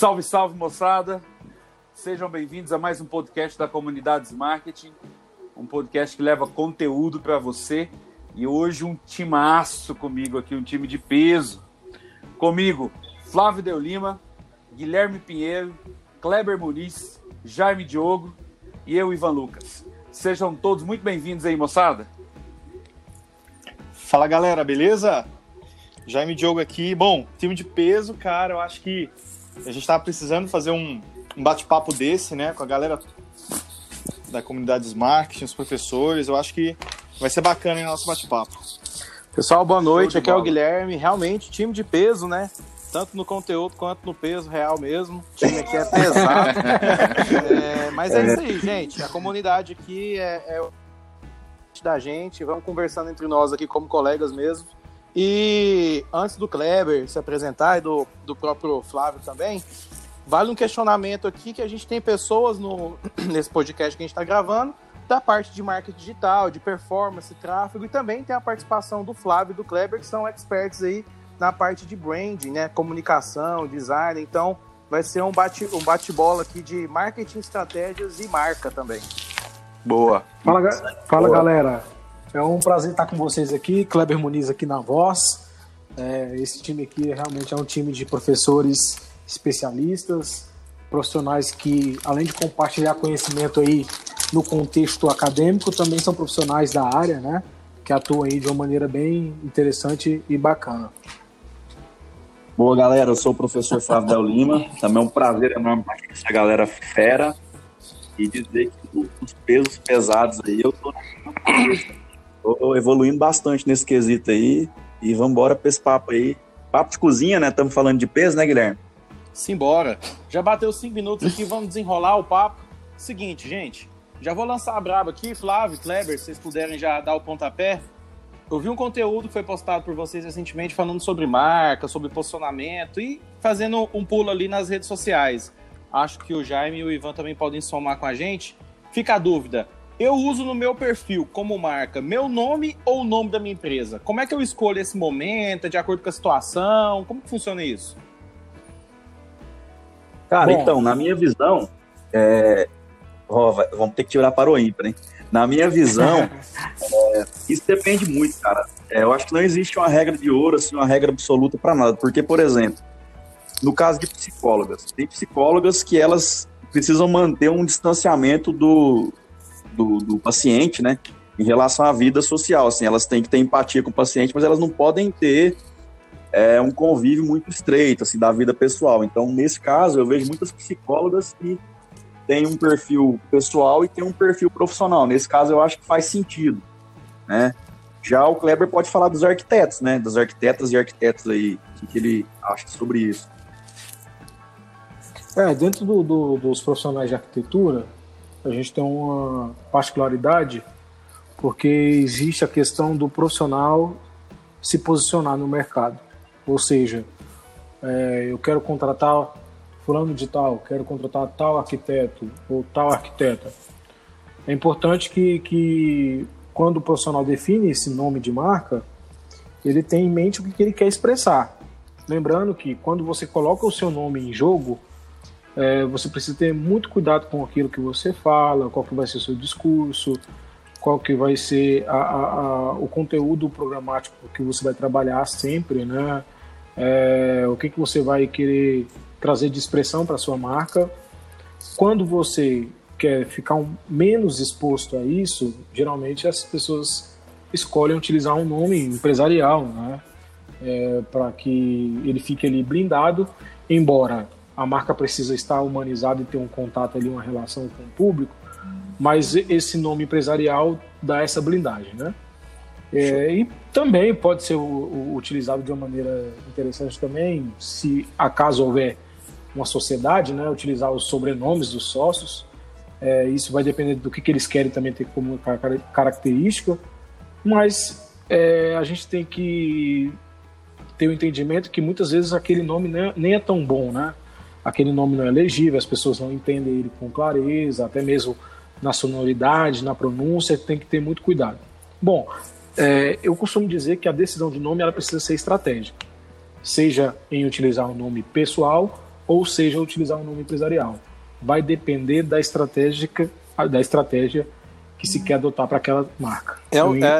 Salve, salve, moçada! Sejam bem-vindos a mais um podcast da Comunidades Marketing, um podcast que leva conteúdo para você. E hoje um timaço comigo aqui, um time de peso. Comigo, Flávio Del Lima, Guilherme Pinheiro, Kleber Muniz, Jaime Diogo e eu, Ivan Lucas. Sejam todos muito bem-vindos aí, moçada. Fala, galera, beleza? Jaime Diogo aqui. Bom, time de peso, cara, eu acho que a gente tava precisando fazer um bate-papo desse, né, com a galera da Comunidades Marketing, os professores. Eu acho que vai ser bacana o nosso bate-papo. Pessoal, boa noite. Aqui é o Guilherme. Realmente, time de peso, né? Tanto no conteúdo quanto no peso real mesmo. O time aqui é pesado. Mas é isso aí, gente. A comunidade aqui é da gente. Vamos conversando entre nós aqui como colegas mesmo. E antes do Kleber se apresentar e do próprio Flávio também, vale um questionamento aqui que a gente tem pessoas nesse podcast que a gente está gravando da parte de marketing digital, de performance, tráfego, e também tem a participação do Flávio e do Kleber, que são experts aí na parte de branding, né, comunicação, design. Então vai ser um bate-bola aqui de marketing, estratégias e marca também. Boa. Fala galera, é um prazer estar com vocês aqui, Kleber Muniz aqui na voz. Esse time aqui realmente é um time de professores especialistas, profissionais que, além de compartilhar conhecimento aí no contexto acadêmico, também são profissionais da área, né, que atuam aí de uma maneira bem interessante e bacana. Boa, galera, eu sou o professor Flávio Del Lima. Também é um prazer enorme estar aqui com essa galera fera e dizer que os pesos pesados aí eu tô evoluindo bastante nesse quesito aí e vamos embora para esse papo aí. Papo de cozinha, né? Estamos falando de peso, né, Guilherme? Simbora. Já bateu 5 minutos aqui, vamos desenrolar o papo. Seguinte, gente, já vou lançar a braba aqui, Flávio, Kleber, se vocês puderem já dar o pontapé. Eu vi um conteúdo que foi postado por vocês recentemente falando sobre marca, sobre posicionamento e fazendo um pulo ali nas redes sociais. Acho que o Jaime e o Ivan também podem somar com a gente. Fica a dúvida, eu uso no meu perfil como marca meu nome ou o nome da minha empresa? Como é que eu escolho esse momento, de acordo com a situação? Como que funciona isso? Cara, então, na minha visão, vamos ter que tirar para o ímpar, hein? Na minha visão, isso depende muito, cara. Eu acho que não existe uma regra de ouro, assim, uma regra absoluta para nada. Porque, por exemplo, no caso de psicólogas, tem psicólogas que elas precisam manter um distanciamento do paciente, né? Em relação à vida social, assim, elas têm que ter empatia com o paciente, mas elas não podem ter um convívio muito estreito, assim, da vida pessoal. Então, nesse caso, eu vejo muitas psicólogas que tem um perfil pessoal e tem um perfil profissional. Nesse caso, eu acho que faz sentido, né? Já o Kleber pode falar dos arquitetos, né? Dos arquitetas e arquitetos aí, o que ele acha sobre isso. Dentro dos profissionais de arquitetura, a gente tem uma particularidade, porque existe a questão do profissional se posicionar no mercado. Ou seja, eu quero contratar fulano de tal, quero contratar tal arquiteto ou tal arquiteta. É importante que quando o profissional define esse nome de marca, ele tenha em mente o que ele quer expressar. Lembrando que quando você coloca o seu nome em jogo, você precisa ter muito cuidado com aquilo que você fala, qual que vai ser o seu discurso, qual que vai ser o conteúdo programático que você vai trabalhar sempre, né? O que você vai querer trazer de expressão para a sua marca. Quando você quer ficar menos exposto a isso, geralmente as pessoas escolhem utilizar um nome empresarial, né? Para que ele fique ali blindado, embora a marca precisa estar humanizada e ter um contato ali, uma relação com o público, mas esse nome empresarial dá essa blindagem, né? E também pode ser utilizado de uma maneira interessante também, se acaso houver uma sociedade, né, utilizar os sobrenomes dos sócios. Isso vai depender do que eles querem também ter como característica, mas a gente tem que ter o entendimento que muitas vezes aquele nome nem é tão bom, né? Aquele nome não é legível, as pessoas não entendem ele com clareza, até mesmo na sonoridade, na pronúncia, tem que ter muito cuidado. Bom, eu costumo dizer que a decisão de nome ela precisa ser estratégica, seja em utilizar um nome pessoal ou seja, utilizar um nome empresarial. Vai depender da estratégia que se quer adotar para aquela marca. É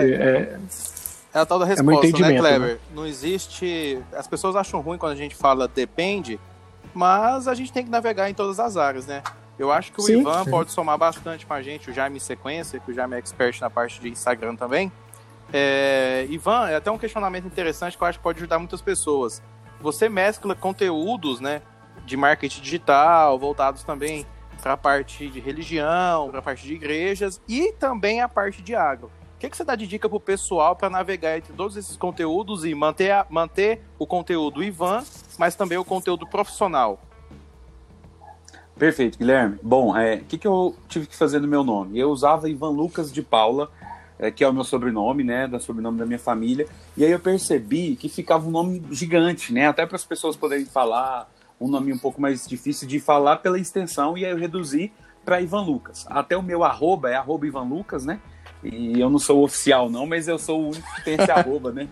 a tal da resposta, né, Kleber? Né? Não existe... As pessoas acham ruim quando a gente fala depende, mas a gente tem que navegar em todas as áreas, né? Eu acho que o Ivan pode somar bastante com a gente, o Jaime Sequência, que o Jaime é expert na parte de Instagram também. Ivan, é até um questionamento interessante que eu acho que pode ajudar muitas pessoas. Você mescla conteúdos, né, de marketing digital, voltados também para a parte de religião, para a parte de igrejas e também a parte de agro. O que você dá de dica para o pessoal para navegar entre todos esses conteúdos e manter o conteúdo Ivan, mas também o conteúdo profissional? Perfeito, Guilherme. Bom, o que eu tive que fazer no meu nome? Eu usava Ivan Lucas de Paula, que é o meu sobrenome, né, do sobrenome da minha família, e aí eu percebi que ficava um nome gigante, né, até para as pessoas poderem falar, um nome um pouco mais difícil de falar pela extensão, e aí eu reduzi para Ivan Lucas. Até o meu arroba é @Ivan Lucas, né, e eu não sou oficial não, mas eu sou o único que tem esse arroba, né,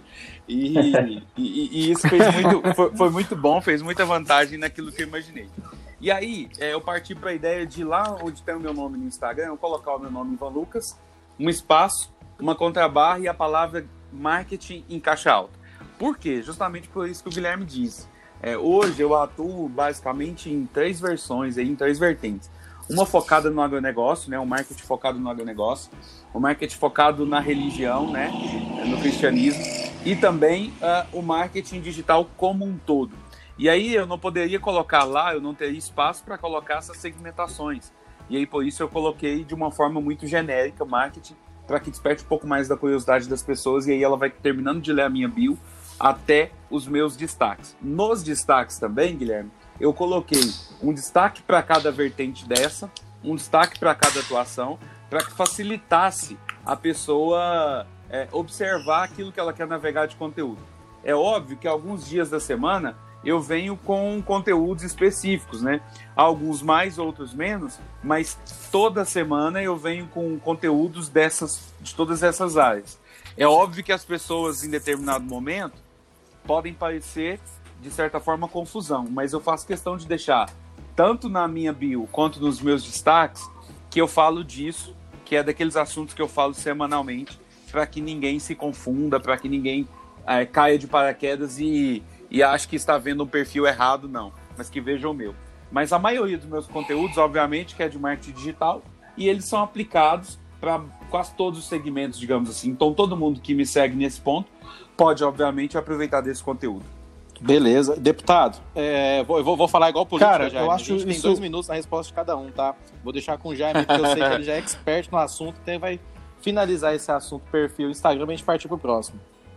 e isso foi muito bom, fez muita vantagem naquilo que eu imaginei. E aí, eu parti para a ideia de lá onde tem o meu nome no Instagram, eu colocar o meu nome Ivan Lucas, um espaço, uma contrabarra e a palavra marketing em caixa alta. Por quê? Justamente por isso que o Guilherme disse. Hoje eu atuo basicamente em 3 versões, em 3 vertentes. Uma focada no agronegócio, né, um marketing focado no agronegócio, o marketing focado na religião, né, no cristianismo, e também o marketing digital como um todo. E aí eu não poderia colocar lá, eu não teria espaço para colocar essas segmentações. E aí por isso eu coloquei de uma forma muito genérica marketing, para que desperte um pouco mais da curiosidade das pessoas, e aí ela vai terminando de ler a minha bio até os meus destaques. Nos destaques também, Guilherme, eu coloquei um destaque para cada vertente dessa, um destaque para cada atuação, para que facilitasse a pessoa observar aquilo que ela quer navegar de conteúdo. É óbvio que alguns dias da semana eu venho com conteúdos específicos, né? Alguns mais, outros menos, mas toda semana eu venho com conteúdos de todas essas áreas. É óbvio que as pessoas, em determinado momento, podem parecer, de certa forma, confusão, mas eu faço questão de deixar, tanto na minha bio quanto nos meus destaques, que eu falo disso, que é daqueles assuntos que eu falo semanalmente, para que ninguém se confunda, para que ninguém caia de paraquedas e acho que está vendo um perfil errado, não, mas que veja o meu. Mas a maioria dos meus conteúdos, obviamente, que é de marketing digital, e eles são aplicados para quase todos os segmentos, digamos assim. Então, todo mundo que me segue nesse ponto pode, obviamente, aproveitar desse conteúdo. Beleza. Deputado, eu vou falar igual política, cara, Jaime. eu acho a gente tem 2 minutos na resposta de cada um, tá? Vou deixar com o Jaime, porque eu sei que ele já é expert no assunto, então ele vai finalizar esse assunto, perfil Instagram, e a gente partir pro próximo.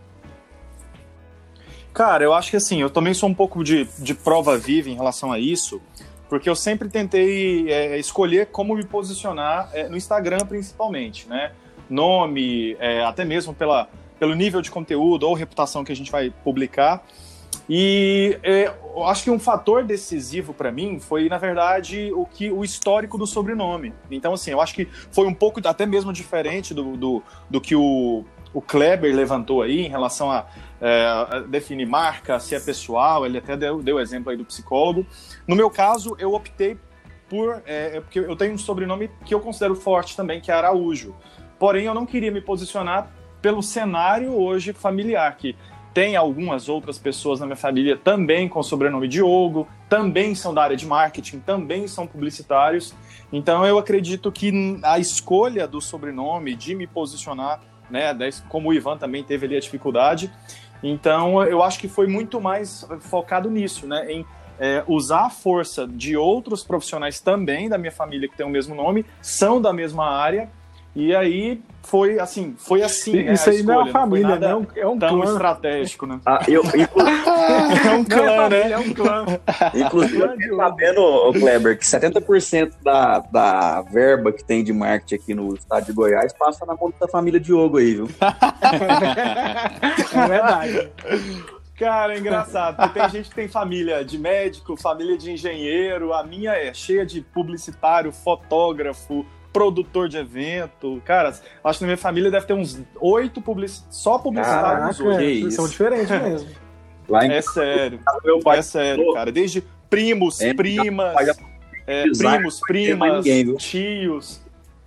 Cara, eu acho que assim, eu também sou um pouco de prova viva em relação a isso, porque eu sempre tentei escolher como me posicionar no Instagram, principalmente, né? Nome, até mesmo pelo nível de conteúdo ou reputação que a gente vai publicar. E eu acho que um fator decisivo para mim foi, na verdade, o histórico do sobrenome. Então, assim, eu acho que foi um pouco até mesmo diferente do que o Kleber levantou aí em relação a definir marca, se é pessoal, ele até deu exemplo aí do psicólogo. No meu caso, eu optei porque eu tenho um sobrenome que eu considero forte também, que é Araújo. Porém, eu não queria me posicionar pelo cenário hoje familiar, que tem algumas outras pessoas na minha família também com o sobrenome Diogo, também são da área de marketing, também são publicitários. Então, eu acredito que a escolha do sobrenome, de me posicionar, né, como o Ivan também teve ali a dificuldade, então eu acho que foi muito mais focado nisso, né, em usar a força de outros profissionais também da minha família que tem o mesmo nome, são da mesma área, e aí foi assim isso aí não é uma família, né? É um tão clã estratégico, né? É um clã, né? É um clã. Inclusive, eu fiquei sabendo, Kleber, que 70% da verba que tem de marketing aqui no estado de Goiás passa na conta da família Diogo aí, viu? É verdade. Cara, é engraçado, porque tem gente que tem família de médico, família de engenheiro, a minha é cheia de publicitário, fotógrafo, produtor de evento. Cara, acho que na minha família deve ter uns 8 só publicitários hoje. São diferentes mesmo. É sério, cara. Desde primos, primas, primos, primas, ninguém, tios.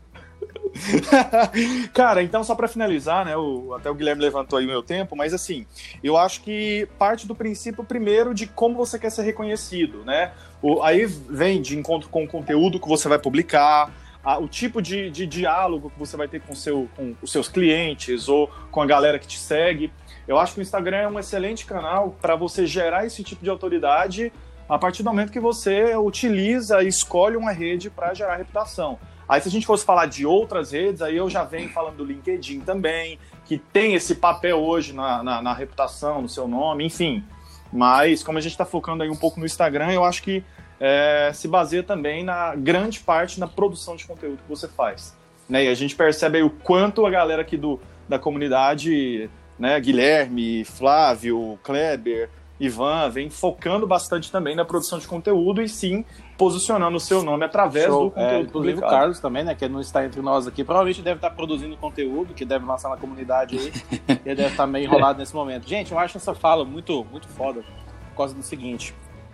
Cara, então só para finalizar, né, até o Guilherme levantou aí o meu tempo, mas assim, eu acho que parte do princípio primeiro de como você quer ser reconhecido, né? Aí vem de encontro com o conteúdo que você vai publicar, o tipo de diálogo que você vai ter com os seus clientes ou com a galera que te segue. Eu acho que o Instagram é um excelente canal para você gerar esse tipo de autoridade a partir do momento que você utiliza e escolhe uma rede para gerar reputação. Aí se a gente fosse falar de outras redes, aí eu já venho falando do LinkedIn também, que tem esse papel hoje na reputação, no seu nome, enfim. Mas como a gente está focando aí um pouco no Instagram, eu acho que se baseia também na grande parte na produção de conteúdo que você faz. Né? E a gente percebe aí o quanto a galera aqui da comunidade, né, Guilherme, Flávio, Kleber, Ivan, vem focando bastante também na produção de conteúdo e sim posicionando o seu nome através do conteúdo inclusive publicado. o Carlos também, né, que não está entre nós aqui, provavelmente deve estar produzindo conteúdo, que deve lançar na comunidade aí, e deve estar meio enrolado nesse momento. Gente, eu acho essa fala muito, muito foda, por causa do seguinte,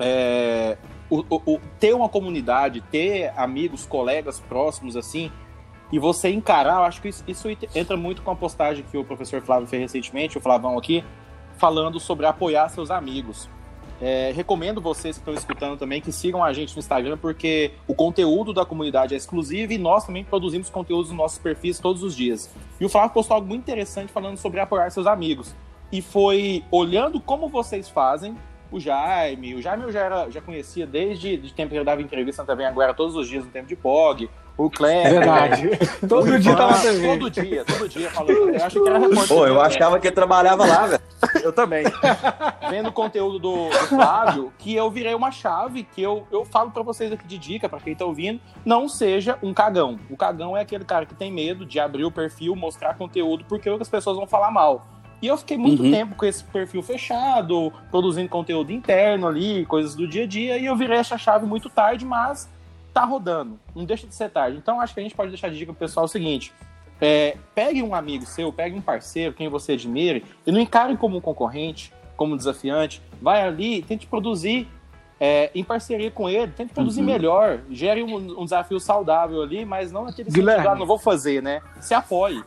ter uma comunidade, ter amigos, colegas próximos assim, e você encarar, eu acho que isso entra muito com a postagem que o professor Flávio fez recentemente, o Flavão aqui, falando sobre apoiar seus amigos. Recomendo vocês que estão escutando também que sigam a gente no Instagram, porque o conteúdo da comunidade é exclusivo e nós também produzimos conteúdos nos nossos perfis todos os dias. E o Flávio postou algo muito interessante falando sobre apoiar seus amigos. E foi olhando como vocês fazem. O Jaime eu já conhecia desde o tempo que eu dava entrevista também, agora todos os dias no tempo de POG. O Kleber. Verdade. Todo dia tava na TV. Todo dia falando. Eu acho que era repórter. Pô, eu achava que ele trabalhava lá, velho. Eu também. Vendo o conteúdo do Flávio, que eu virei uma chave, que eu falo pra vocês aqui de dica, pra quem tá ouvindo, não seja um cagão. O cagão é aquele cara que tem medo de abrir o perfil, mostrar conteúdo, porque outras pessoas vão falar mal. E eu fiquei muito tempo com esse perfil fechado, produzindo conteúdo interno ali, coisas do dia a dia, e eu virei essa chave muito tarde, mas tá rodando. Não deixa de ser tarde. Então acho que a gente pode deixar de dica pro pessoal o seguinte: pegue um amigo seu, pegue um parceiro, quem você admire, e não encare como um concorrente, como um desafiante. Vai ali, tente produzir em parceria com ele, tente produzir melhor, gere um desafio saudável ali, mas não naquele sentido, não vou fazer, né? Se apoie.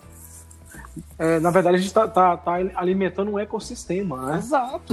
Na verdade, a gente tá alimentando um ecossistema, né? Exato.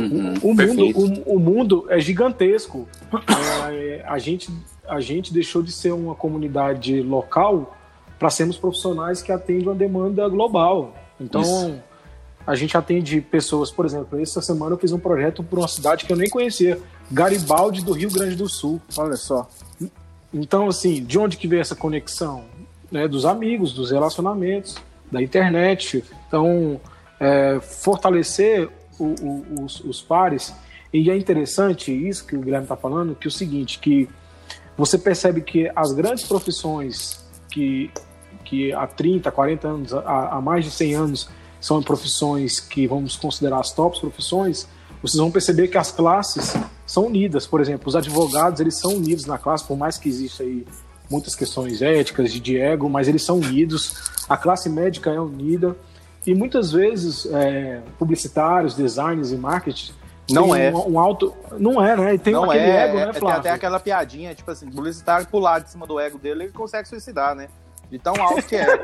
O mundo é gigantesco. A gente deixou de ser uma comunidade local para sermos profissionais que atendem uma demanda global. Então, a gente atende pessoas, por exemplo, essa semana eu fiz um projeto para uma cidade que eu nem conhecia, Garibaldi, do Rio Grande do Sul. Olha só. Então, assim, de onde que veio essa conexão? Né? Dos amigos, dos relacionamentos, da internet. Então, fortalecer os pares. E é interessante isso que o Guilherme está falando, que é o seguinte, que você percebe que as grandes profissões que há 30, 40 anos, há mais de 100 anos, são profissões que vamos considerar as tops profissões, vocês vão perceber que as classes são unidas. Por exemplo, os advogados, eles são unidos na classe, por mais que exista aí muitas questões éticas, de ego, mas eles são unidos. A classe médica é unida. E muitas vezes, publicitários, designers e marketing não é. Não é, né? E tem aquele ego, né, Flávio? Tem até aquela piadinha, tipo assim, o publicitário pular de cima do ego dele, ele consegue suicidar, né? De tão alto que é.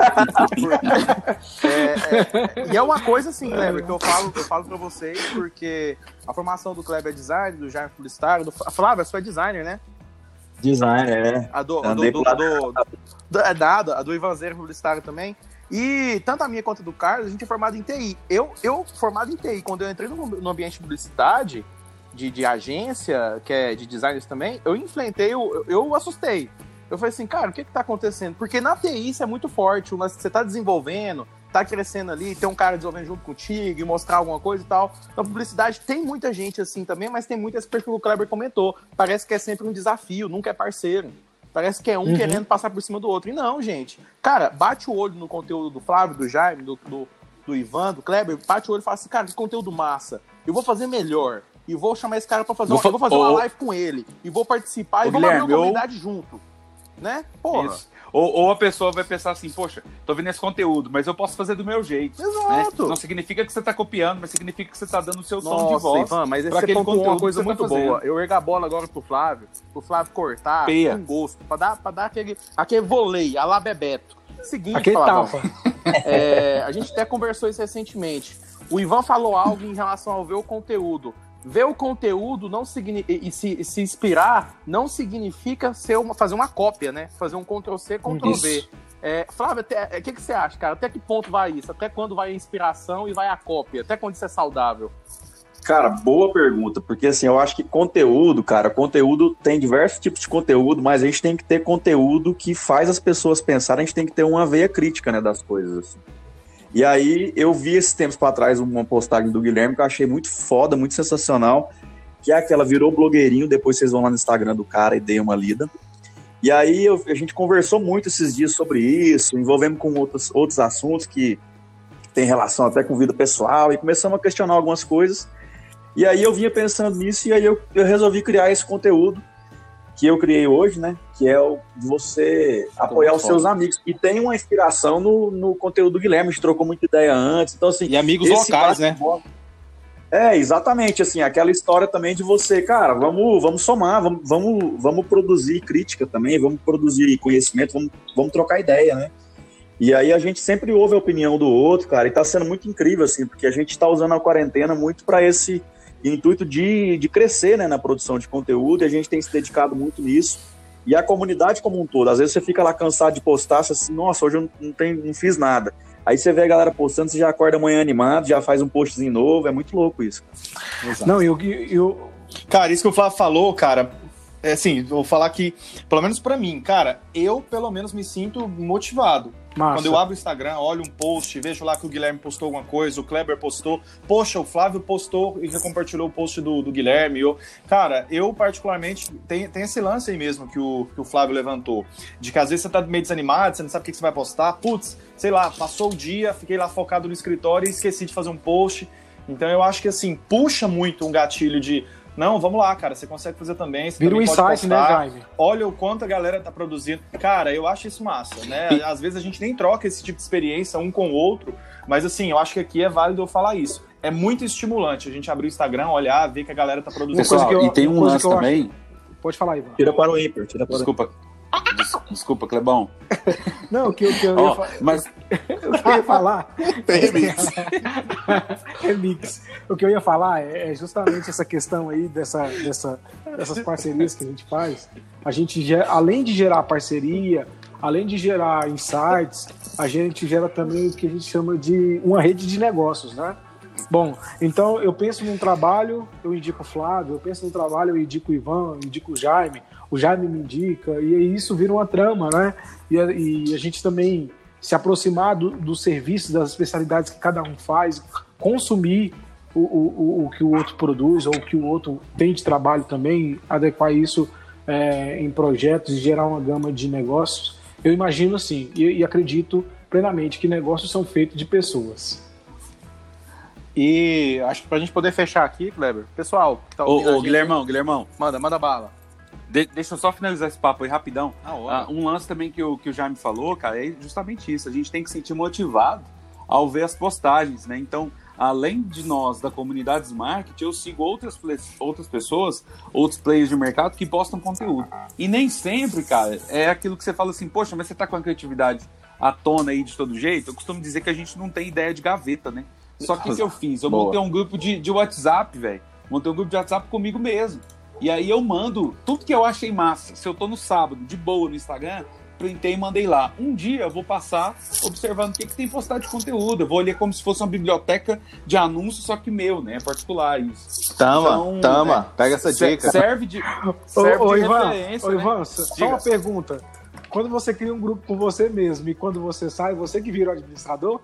E é uma coisa assim, Kleber, que eu falo pra vocês, porque a formação do Kleber é design, do Jaime publicitário, do Flávio, você é designer, né? Designer, A do Ivanzeiro publicitário também. E tanto a minha quanto a do Carlos, a gente é formado em TI. Eu formado em TI, quando eu entrei no ambiente de publicidade, de agência, que é de designers também, eu enfrentei, eu assustei. Eu falei assim, cara, o que tá acontecendo? Porque na TI isso é muito forte, mas você tá desenvolvendo, tá crescendo ali, tem um cara desenvolvendo junto contigo e mostrar alguma coisa e tal. Na publicidade tem muita gente assim também, mas tem muito esse perfil que o Kleber comentou. Parece que é sempre um desafio, nunca é parceiro. Parece que é um querendo passar por cima do outro. E não, gente. Cara, bate o olho no conteúdo do Flávio, do Jaime, do Ivan, do Kleber, bate o olho e fala assim, cara, que conteúdo massa. Eu vou fazer melhor. E vou chamar esse cara pra fazer, eu vou fazer uma live com ele. E vou participar e vamos abrir uma comunidade junto. né? Porra. Isso. Ou a pessoa vai pensar assim, poxa, tô vendo esse conteúdo, mas eu posso fazer do meu jeito. Exato. Né? Não significa que você tá copiando, mas significa que você tá dando o seu tom de voz. Ivan, mas esse pra aquele pontuou uma conteúdo coisa que você muito tá fazendo. boa. Eu ergo a bola agora pro Flávio cortar Peia. com gosto, pra dar aquele voleio, a lá Bebeto. Seguinte, Aquele Flávio, tapa. a gente até conversou isso recentemente. O Ivan falou algo em relação ao ver o conteúdo. Ver o conteúdo não e se inspirar não significa fazer uma cópia, né? Fazer um Ctrl-C, Ctrl-V. Flávio, o que você acha, cara? Até que ponto vai isso? Até quando vai a inspiração e vai a cópia? Até quando isso é saudável? Cara, boa pergunta, porque assim, eu acho que conteúdo tem diversos tipos de conteúdo, mas a gente tem que ter conteúdo que faz as pessoas pensarem, a gente tem que ter uma veia crítica, né, das coisas, assim. E aí eu vi esses tempos para trás uma postagem do Guilherme que eu achei muito foda, muito sensacional, que é aquela, virou blogueirinho, depois vocês vão lá no Instagram do cara e deem uma lida. E aí a gente conversou muito esses dias sobre isso, envolvemos com outros assuntos que tem relação até com vida pessoal, e começamos a questionar algumas coisas. E aí eu vinha pensando nisso, e aí eu resolvi criar esse conteúdo que eu criei hoje, né? Que é o de você apoiar os seus amigos. E tem uma inspiração no conteúdo do Guilherme, a gente trocou muita ideia antes. Então, assim, e amigos locais, né? Exatamente, assim, aquela história também de você, cara, vamos somar, vamos produzir crítica também, vamos produzir conhecimento, vamos trocar ideia, né? E aí a gente sempre ouve a opinião do outro, cara, e tá sendo muito incrível, assim, porque a gente tá usando a quarentena muito para esse intuito de crescer, né, na produção de conteúdo, e a gente tem se dedicado muito nisso, e a comunidade como um todo. Às vezes você fica lá cansado de postar, você assim, nossa, hoje eu não fiz nada. Aí você vê a galera postando, você já acorda amanhã animado, já faz um postzinho novo, é muito louco isso, cara. Exato. Não, Cara, isso que o Flávio falou, cara, assim, vou falar que, pelo menos pra mim, cara, eu pelo menos me sinto motivado. Massa. Quando eu abro o Instagram, olho um post, vejo lá que o Guilherme postou alguma coisa, o Kleber postou, poxa, o Flávio postou e já compartilhou o post do Guilherme. Cara, eu particularmente, tem esse lance aí mesmo que o Flávio levantou, de que às vezes você tá meio desanimado, você não sabe o que você vai postar, putz, sei lá, passou o dia, fiquei lá focado no escritório e esqueci de fazer um post. Então eu acho que assim, puxa muito um gatilho de não, vamos lá, cara, você consegue fazer também. Você vira um também pode insight, né, postar. Jaime? Olha o quanto a galera tá produzindo. Cara, eu acho isso massa, né? Às vezes a gente nem troca esse tipo de experiência um com o outro, mas assim, eu acho que aqui é válido eu falar isso. É muito estimulante a gente abrir o Instagram, olhar, ver que a galera tá produzindo. Pessoal, e tem um lance também... Pode falar, Ivan. Tira para o ímpar, Desculpa, Clebão. Não, o que eu ia falar... Mas... O que eu ia falar... Remix. Remix. O que eu ia falar é justamente essa questão aí dessas parcerias que a gente faz. A gente, além de gerar parceria, além de gerar insights, a gente gera também o que a gente chama de uma rede de negócios, né? Bom, então eu penso num trabalho, eu indico o Flávio, eu penso num trabalho, eu indico o Ivan, eu indico o Jaime me indica, e aí isso vira uma trama, né? E a gente também se aproximar dos serviços, das especialidades que cada um faz, consumir o que o outro produz ou o que o outro tem de trabalho também, adequar isso em projetos e gerar uma gama de negócios. Eu imagino assim, e acredito plenamente que negócios são feitos de pessoas. E acho que pra gente poder fechar aqui, Kleber, pessoal que tá ouvindo Ô, Guilhermão. Manda bala. Deixa eu só finalizar esse papo aí rapidão. Ah, um lance também que o Jaime falou, cara, é justamente isso. A gente tem que se sentir motivado ao ver as postagens, né? Então, além de nós, da comunidade Smart, eu sigo outras pessoas, outros players de mercado que postam conteúdo. E nem sempre, cara, é aquilo que você fala assim, poxa, mas você tá com a criatividade à tona aí de todo jeito. Eu costumo dizer que a gente não tem ideia de gaveta, né? Só que o que eu fiz? Eu montei um grupo de WhatsApp, velho. Montei um grupo de WhatsApp comigo mesmo. E aí eu mando tudo que eu achei massa. Se eu tô no sábado, de boa no Instagram, printei e mandei lá. Um dia eu vou passar observando o que tem postado de conteúdo. Eu vou olhar como se fosse uma biblioteca de anúncios, só que meu, né? É particular isso. Tama. Pega essa dica. Serve de referência. Ô, Ivan, só uma pergunta. Quando você cria um grupo com você mesmo e quando você sai, você que vira o administrador?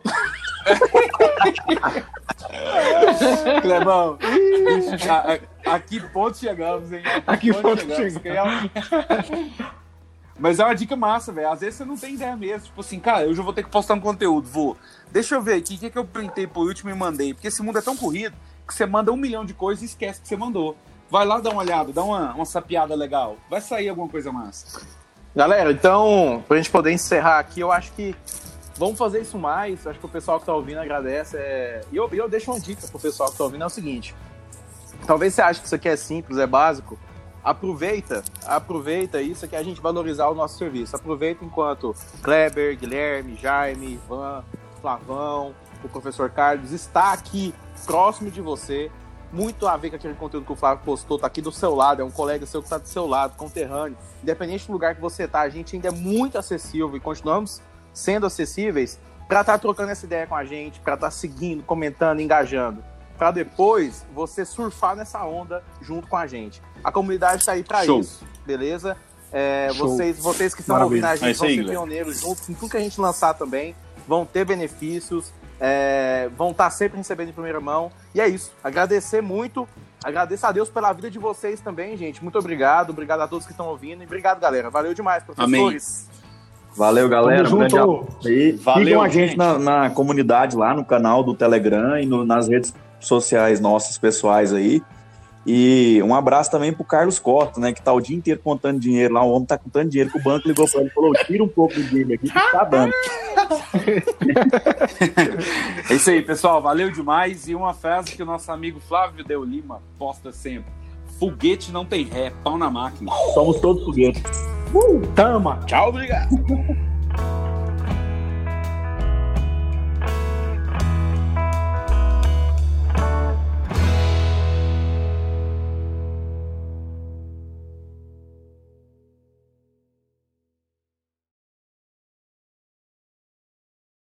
Clebão, a que ponto chegamos, hein? A que ponto chegamos? Mas é uma dica massa, velho. Às vezes você não tem ideia mesmo. Tipo assim, cara, hoje eu vou ter que postar um conteúdo. Deixa eu ver aqui o que eu printei por último e mandei. Porque esse mundo é tão corrido que você manda 1 milhão de coisas e esquece que você mandou. Vai lá dar uma olhada, dá uma sapiada legal. Vai sair alguma coisa massa. Galera, então, pra gente poder encerrar aqui, eu acho que vamos fazer isso mais. Acho que o pessoal que tá ouvindo agradece. E eu deixo uma dica pro pessoal que tá ouvindo, é o seguinte. Talvez você ache que isso aqui é simples, é básico. Aproveita isso aqui, a gente valorizar o nosso serviço. Aproveita enquanto Kleber, Guilherme, Jaime, Ivan, Flavão, o professor Carlos está aqui próximo de você. Muito a ver com aquele conteúdo que o Flávio postou, tá aqui do seu lado, é um colega seu que tá do seu lado, conterrâneo. Independente do lugar que você tá, a gente ainda é muito acessível e continuamos sendo acessíveis para estar trocando essa ideia com a gente, para estar seguindo, comentando, engajando, para depois você surfar nessa onda junto com a gente. A comunidade está aí para isso, beleza? Vocês que estão ouvindo a gente vão ser pioneiros juntos em tudo que a gente lançar também, vão ter benefícios, vão estar sempre recebendo em primeira mão. E é isso, agradecer muito, agradeço a Deus pela vida de vocês também, gente. Muito obrigado a todos que estão ouvindo e obrigado, galera. Valeu demais, professores. Amém. Valeu, galera. Tamo junto. Sigam a gente na comunidade lá, no canal do Telegram e nas redes sociais nossas pessoais aí. E um abraço também pro Carlos Costa, né, que tá o dia inteiro contando dinheiro lá. O homem tá contando dinheiro que o banco ligou pra ele e falou: tira um pouco do dinheiro aqui que tá dando. É isso aí, pessoal. Valeu demais. E uma frase que o nosso amigo Flávio Del Lima posta sempre: foguete não tem ré, pau na máquina. Somos todos foguetes. Tama. Tchau, obrigado.